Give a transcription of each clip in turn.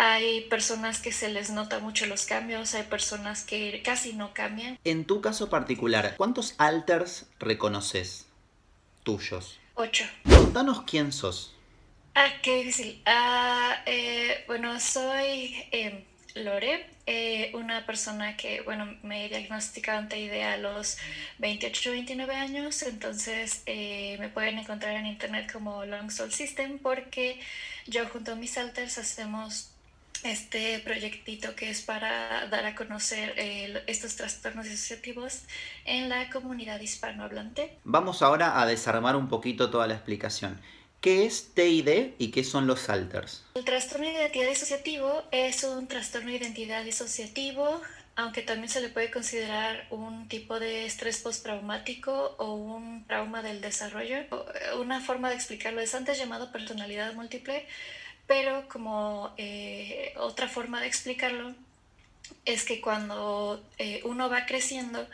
Hay personas que se les nota mucho los cambios, hay personas que casi no cambian. En tu caso particular, ¿cuántos alters reconoces tuyos? 8. Contanos quién sos. Qué difícil. Bueno, soy Lore, una persona que, bueno, me diagnosticaron TID a los 28 29 años, entonces me pueden encontrar en internet como Long Soul System porque yo junto a mis alters hacemos este proyectito que es para dar a conocer estos trastornos disociativos en la comunidad hispanohablante. Vamos ahora a desarmar un poquito toda la explicación. ¿Qué es TID y qué son los alters? El trastorno de identidad disociativo es un trastorno de identidad disociativo, aunque también se le puede considerar un tipo de estrés postraumático o un trauma del desarrollo. Una forma de explicarlo es antes llamado personalidad múltiple, pero como otra forma de explicarlo es que cuando uno va creciendo,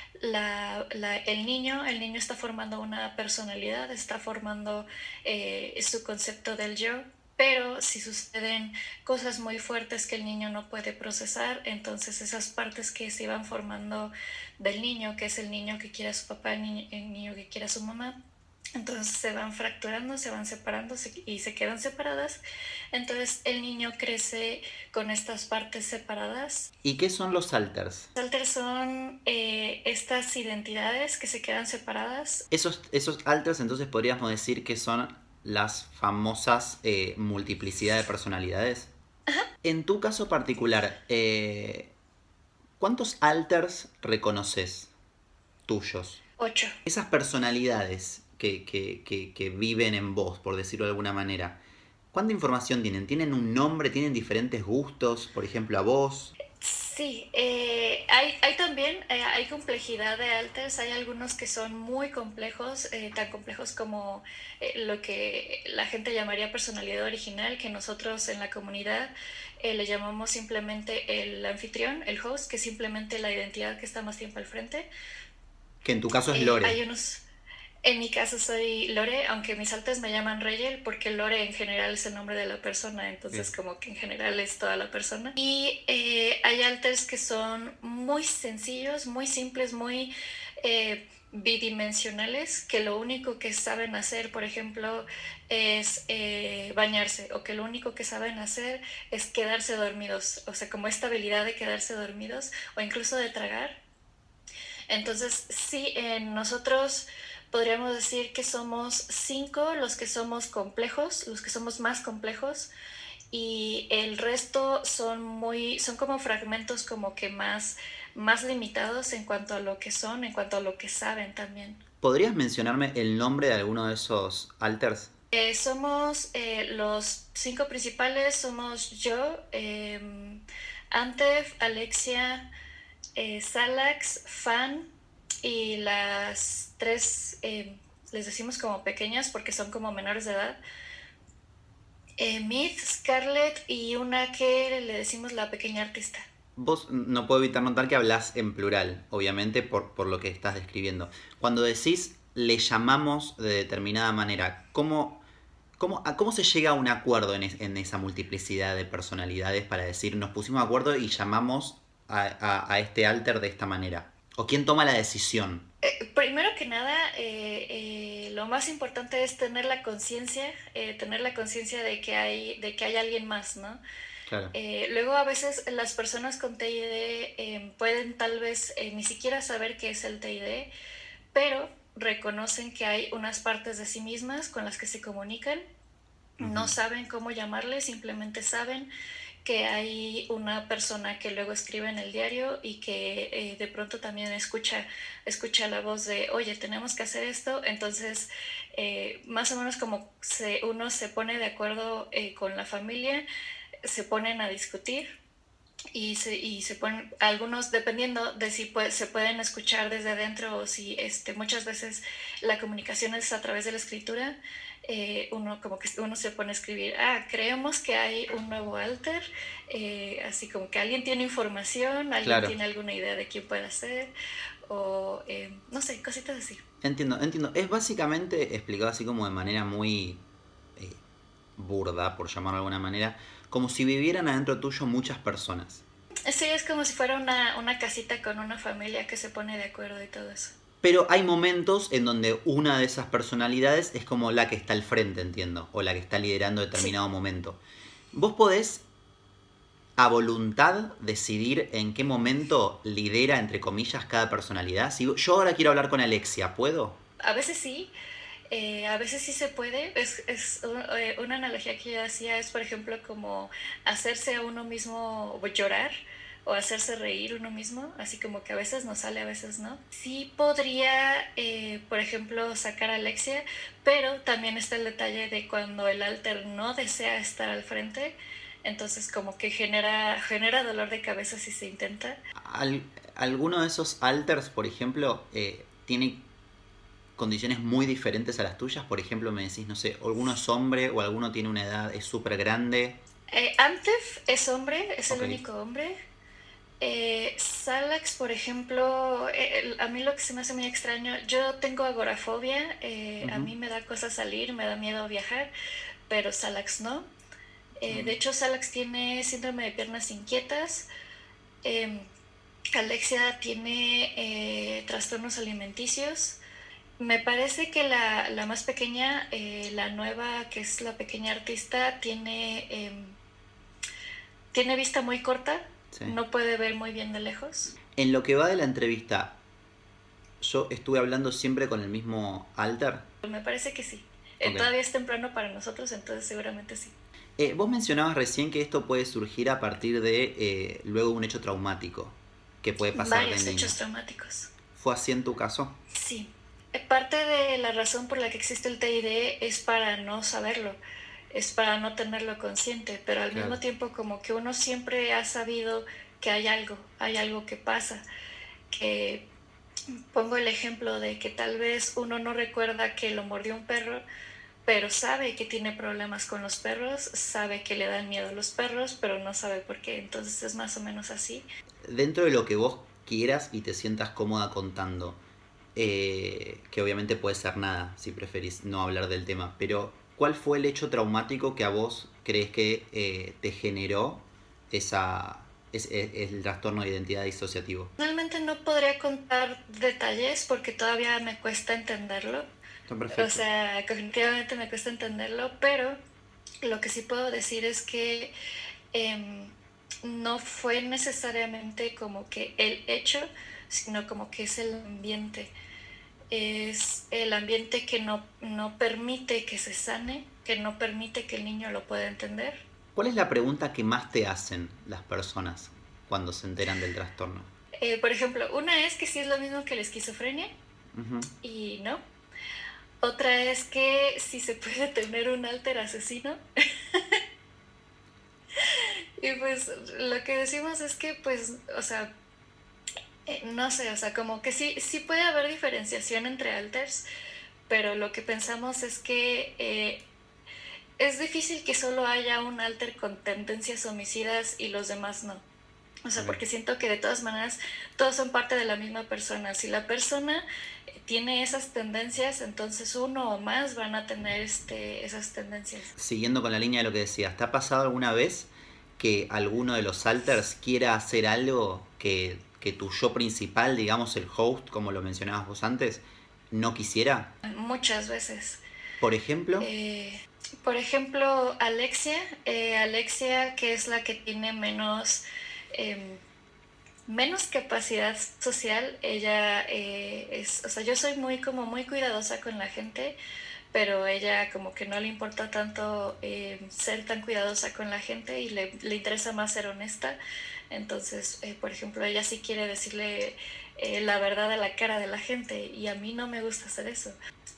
el niño está formando una personalidad, está formando su concepto del yo, pero si suceden cosas muy fuertes que el niño no puede procesar, entonces esas partes que se iban formando del niño, que es el niño que quiere a su papá, el niño que quiere a su mamá, entonces se van fracturando, se van separando y se quedan separadas. Entonces el niño crece con estas partes separadas. ¿Y qué son los alters? Los alters son estas identidades que se quedan separadas. Esos alters entonces podríamos decir que son las famosas multiplicidad de personalidades. Ajá. En tu caso particular, ¿cuántos alters reconoces tuyos? 8. Esas personalidades que viven en vos, por decirlo de alguna manera, ¿cuánta información tienen? ¿Tienen un nombre? ¿Tienen diferentes gustos? Por ejemplo, a vos. Sí, hay también, hay complejidad de alters, hay algunos que son muy complejos, tan complejos como lo que la gente llamaría personalidad original, que nosotros en la comunidad le llamamos simplemente el anfitrión, el host, que es simplemente la identidad que está más tiempo al frente. Que en tu caso es Lore. Hay unos, en mi caso soy Lore, aunque mis alters me llaman Reyel, porque Lore en general es el nombre de la persona, entonces como que en general es toda la persona. Y hay alters que son muy sencillos, muy simples, muy bidimensionales, que lo único que saben hacer, por ejemplo, es bañarse, o que lo único que saben hacer es quedarse dormidos, o sea, como esta habilidad de quedarse dormidos o incluso de tragar. Entonces, sí, nosotros podríamos decir que somos 5 los que somos complejos, los que somos más complejos, y el resto son como fragmentos como que más limitados en cuanto a lo que son, en cuanto a lo que saben también. ¿Podrías mencionarme el nombre de alguno de esos alters? Somos los 5 principales, somos yo, Antef, Alexia, Salax, Fan y las 3 les decimos como pequeñas porque son como menores de edad. Myth, Scarlett y una que le decimos la pequeña artista. Vos no puedo evitar notar que hablas en plural, obviamente, por lo que estás describiendo. Cuando decís le llamamos de determinada manera, ¿cómo se llega a un acuerdo en esa multiplicidad de personalidades para decir nos pusimos de acuerdo y llamamos a este alter de esta manera? ¿O quién toma la decisión? Primero que nada, lo más importante es tener la conciencia de que hay alguien más, ¿no? Claro. Luego a veces las personas con TID pueden tal vez ni siquiera saber qué es el TID, pero reconocen que hay unas partes de sí mismas con las que se comunican, no saben cómo llamarle, simplemente saben que hay una persona que luego escribe en el diario y que de pronto también escucha la voz de, oye, tenemos que hacer esto. Entonces, más o menos como uno se pone de acuerdo con la familia, se ponen a discutir y se ponen, algunos dependiendo de si se pueden escuchar desde adentro o si muchas veces la comunicación es a través de la escritura. Uno se pone a escribir, creemos que hay un nuevo alter, así como que alguien tiene información, alguien Claro. tiene alguna idea de quién puede ser, o no sé, cositas así. Entiendo. Es básicamente explicado así como de manera muy burda, por llamarlo de alguna manera, como si vivieran adentro tuyo muchas personas. Sí, es como si fuera una casita con una familia que se pone de acuerdo y todo eso. Pero hay momentos en donde una de esas personalidades es como la que está al frente, entiendo, o la que está liderando Sí, determinado momento. ¿Vos podés a voluntad decidir en qué momento lidera, entre comillas, cada personalidad? Si yo ahora quiero hablar con Alexia, ¿puedo? a veces sí, a veces sí se puede. Una analogía que yo hacía es, por ejemplo, como hacerse a uno mismo o llorar o hacerse reír uno mismo, así como que a veces nos sale, a veces no. Sí podría, por ejemplo, sacar a Alexia, pero también está el detalle de cuando el alter no desea estar al frente, entonces como que genera dolor de cabeza si se intenta. Al- ¿Alguno de esos alters, por ejemplo, tiene condiciones muy diferentes a las tuyas? Por ejemplo, me decís, no sé, alguno es hombre o alguno tiene una edad, es súper grande. Antef es hombre, es el Ok. único hombre. Salax, por ejemplo, a mí lo que se me hace muy extraño, yo tengo agorafobia, a Ujú. mí me da cosa salir, me da miedo viajar, pero Salax no. De Mm. hecho, Salax tiene síndrome de piernas inquietas. eh, Alexia tiene trastornos alimenticios. Me parece que la más pequeña, la nueva, que es la pequeña artista, tiene vista muy corta, Sí. no puede ver muy bien de lejos. En lo que va de la entrevista, yo estuve hablando siempre con el mismo alter. Me parece que sí. Ok. Todavía es temprano para nosotros, entonces seguramente sí. Vos mencionabas recién que esto puede surgir a partir de luego un hecho traumático que puede pasar de Varios niño. hechos traumáticos. ¿Fue así en tu caso? Sí. Parte de la razón por la que existe el TID es para no saberlo, es para no tenerlo consciente, pero al Claro. mismo tiempo como que uno siempre ha sabido que hay algo que pasa, que pongo el ejemplo de que tal vez uno no recuerda que lo mordió un perro, pero sabe que tiene problemas con los perros, sabe que le dan miedo a los perros, pero no sabe por qué. Entonces es más o menos así. Dentro de lo que vos quieras y te sientas cómoda contando, que obviamente puede ser nada si preferís no hablar del tema, pero ¿cuál fue el hecho traumático que a vos crees que te generó el trastorno de identidad disociativo? Realmente no podría contar detalles porque todavía me cuesta entenderlo. Está O perfecto. sea, cognitivamente me cuesta entenderlo, pero lo que sí puedo decir es que eh, no fue necesariamente como que el hecho, sino como que es el ambiente. Es el ambiente que no permite que se sane, que no permite que el niño lo pueda entender. ¿Cuál es la pregunta que más te hacen las personas cuando se enteran del trastorno? Por ejemplo, una es que sí es lo mismo que la esquizofrenia Ujú. y no. Otra es que si se puede tener un alter asesino. Y pues lo que decimos es que pues, o sea, no sé, o sea, como que sí puede haber diferenciación entre alters, pero lo que pensamos es que es difícil que solo haya un alter con tendencias homicidas y los demás no. O sea, Ok. porque siento que de todas maneras todos son parte de la misma persona. Si la persona tiene esas tendencias, entonces uno o más van a tener esas tendencias. Siguiendo con la línea de lo que decías, ¿te ha pasado alguna vez que alguno de los alters quiera hacer algo que tu yo principal, digamos el host, como lo mencionabas vos antes, no quisiera? Muchas veces. Por ejemplo, Eh, por ejemplo, Alexia, que es la que tiene eh, menos capacidad social, ella o sea, yo soy muy cuidadosa con la gente, pero ella como que no le importa tanto ser tan cuidadosa con la gente y le interesa más ser honesta. Entonces, por ejemplo, ella sí quiere decirle la verdad a la cara de la gente y a mí no me gusta hacer eso.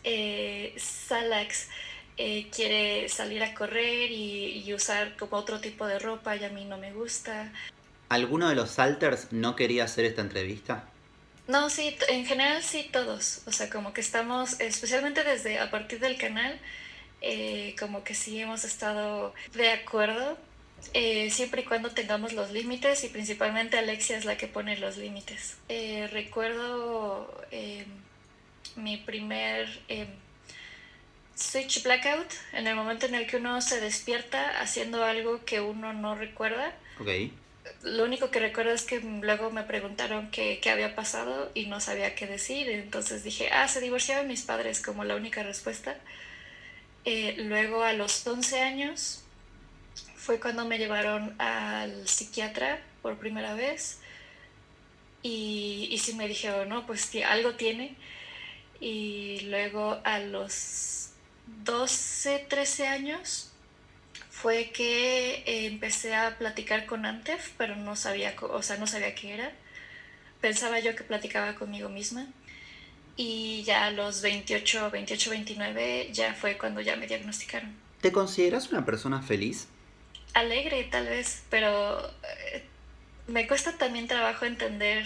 Salax quiere salir a correr y usar como otro tipo de ropa y a mí no me gusta. ¿alguno de los alters no quería hacer esta entrevista? No, sí, en general sí todos, o sea, como que estamos, especialmente desde a partir del canal, como que sí hemos estado de acuerdo, siempre y cuando tengamos los límites y principalmente Alexia es la que pone los límites. Recuerdo mi primer switch blackout, en el momento en el que uno se despierta haciendo algo que uno no recuerda. Ok. Lo único que recuerdo es que luego me preguntaron qué había pasado y no sabía qué decir. Entonces dije, se divorciaron mis padres, como la única respuesta. Luego a los 11 años fue cuando me llevaron al psiquiatra por primera vez. Y sí me dijeron, no, pues que algo tiene. Y luego a los 12 13 años fue que empecé a platicar con Antef, pero no sabía, o sea, no sabía qué era. Pensaba yo que platicaba conmigo misma. Y ya a los 29 ya fue cuando ya me diagnosticaron. ¿Te consideras una persona feliz? Alegre tal vez, pero me cuesta también trabajo entender,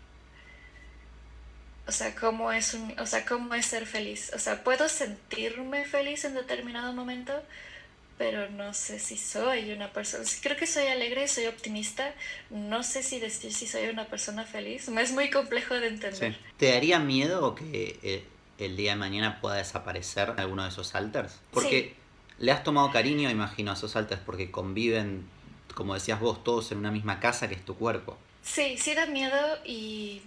o sea, cómo es ser feliz. O sea, puedo sentirme feliz en determinado momento, pero no sé si soy una persona. Creo que soy alegre, soy optimista. No sé si decir si soy una persona feliz. Me es muy complejo de entender. Sí. ¿Te daría miedo que el día de mañana pueda desaparecer alguno de esos alters? Porque Sí, le has tomado cariño, imagino, a esos alters porque conviven, como decías vos, todos en una misma casa que es tu cuerpo. sí, sí da miedo y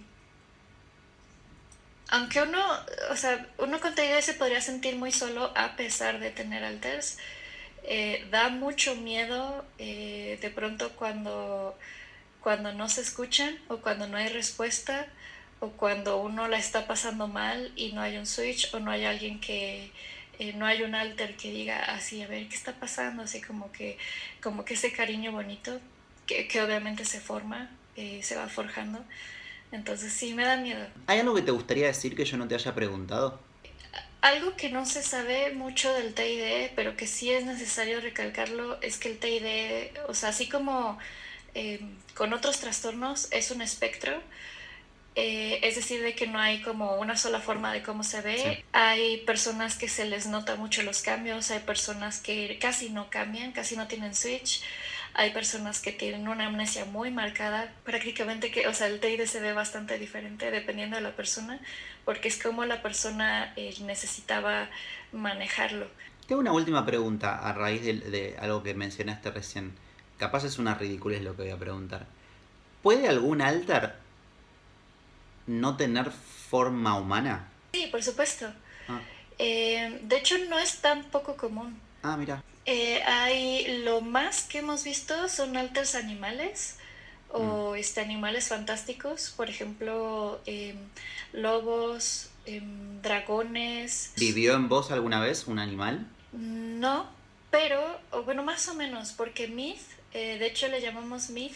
aunque uno, o sea, uno con TID se podría sentir muy solo a pesar de tener alters, da mucho miedo de pronto cuando no se escuchan o cuando no hay respuesta o cuando uno la está pasando mal y no hay un switch o no hay alguien que no hay un alter que diga así, a ver qué está pasando, así como que ese cariño bonito que obviamente se forma, se va forjando. Entonces sí me da miedo. ¿Hay algo que te gustaría decir que yo no te haya preguntado? Algo que no se sabe mucho del TID, pero que sí es necesario recalcarlo, es que el TID, o sea, así como con otros trastornos, es un espectro. Es decir, de que no hay como una sola forma de cómo se ve. Sí. Hay personas que se les nota mucho los cambios, hay personas que casi no cambian, casi no tienen switch. Hay personas que tienen una amnesia muy marcada, prácticamente que, o sea, el TID se ve bastante diferente dependiendo de la persona, porque es como la persona necesitaba manejarlo. Tengo una última pregunta a raíz de algo que mencionaste recién. Capaz es una ridiculez lo que voy a preguntar. ¿Puede algún alter no tener forma humana? Sí, por supuesto. Ah, De hecho, no es tan poco común. mira. Hay lo más que hemos visto son alters animales Mm. o animales fantásticos, por ejemplo, lobos, dragones. ¿Vivió en vos alguna vez un animal? No, pero, o bueno, más o menos, porque Myth, de hecho le llamamos Myth,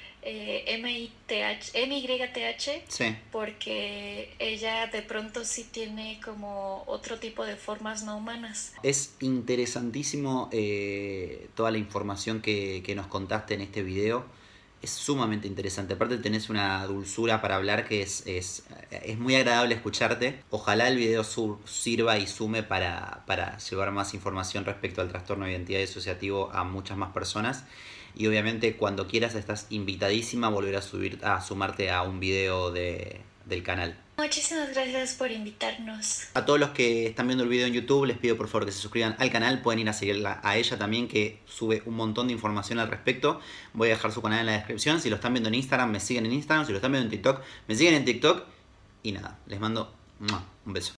MYTH, Sí. porque ella de pronto sí tiene como otro tipo de formas no humanas. Es interesantísimo toda la información que nos contaste en este video. Es sumamente interesante. Aparte tenés una dulzura para hablar que es muy agradable escucharte. Ojalá el video sirva y sume para llevar más información respecto al trastorno de identidad disociativo a muchas más personas. Y obviamente cuando quieras estás invitadísima a volver a sumarte a un video del canal. Muchísimas gracias por invitarnos. A todos los que están viendo el video en YouTube les pido por favor que se suscriban al canal. Pueden ir a seguirla a ella también, que sube un montón de información al respecto. Voy a dejar su canal en la descripción. Si lo están viendo en Instagram, me siguen en Instagram. Si lo están viendo en TikTok, me siguen en TikTok. Y nada, les mando un beso.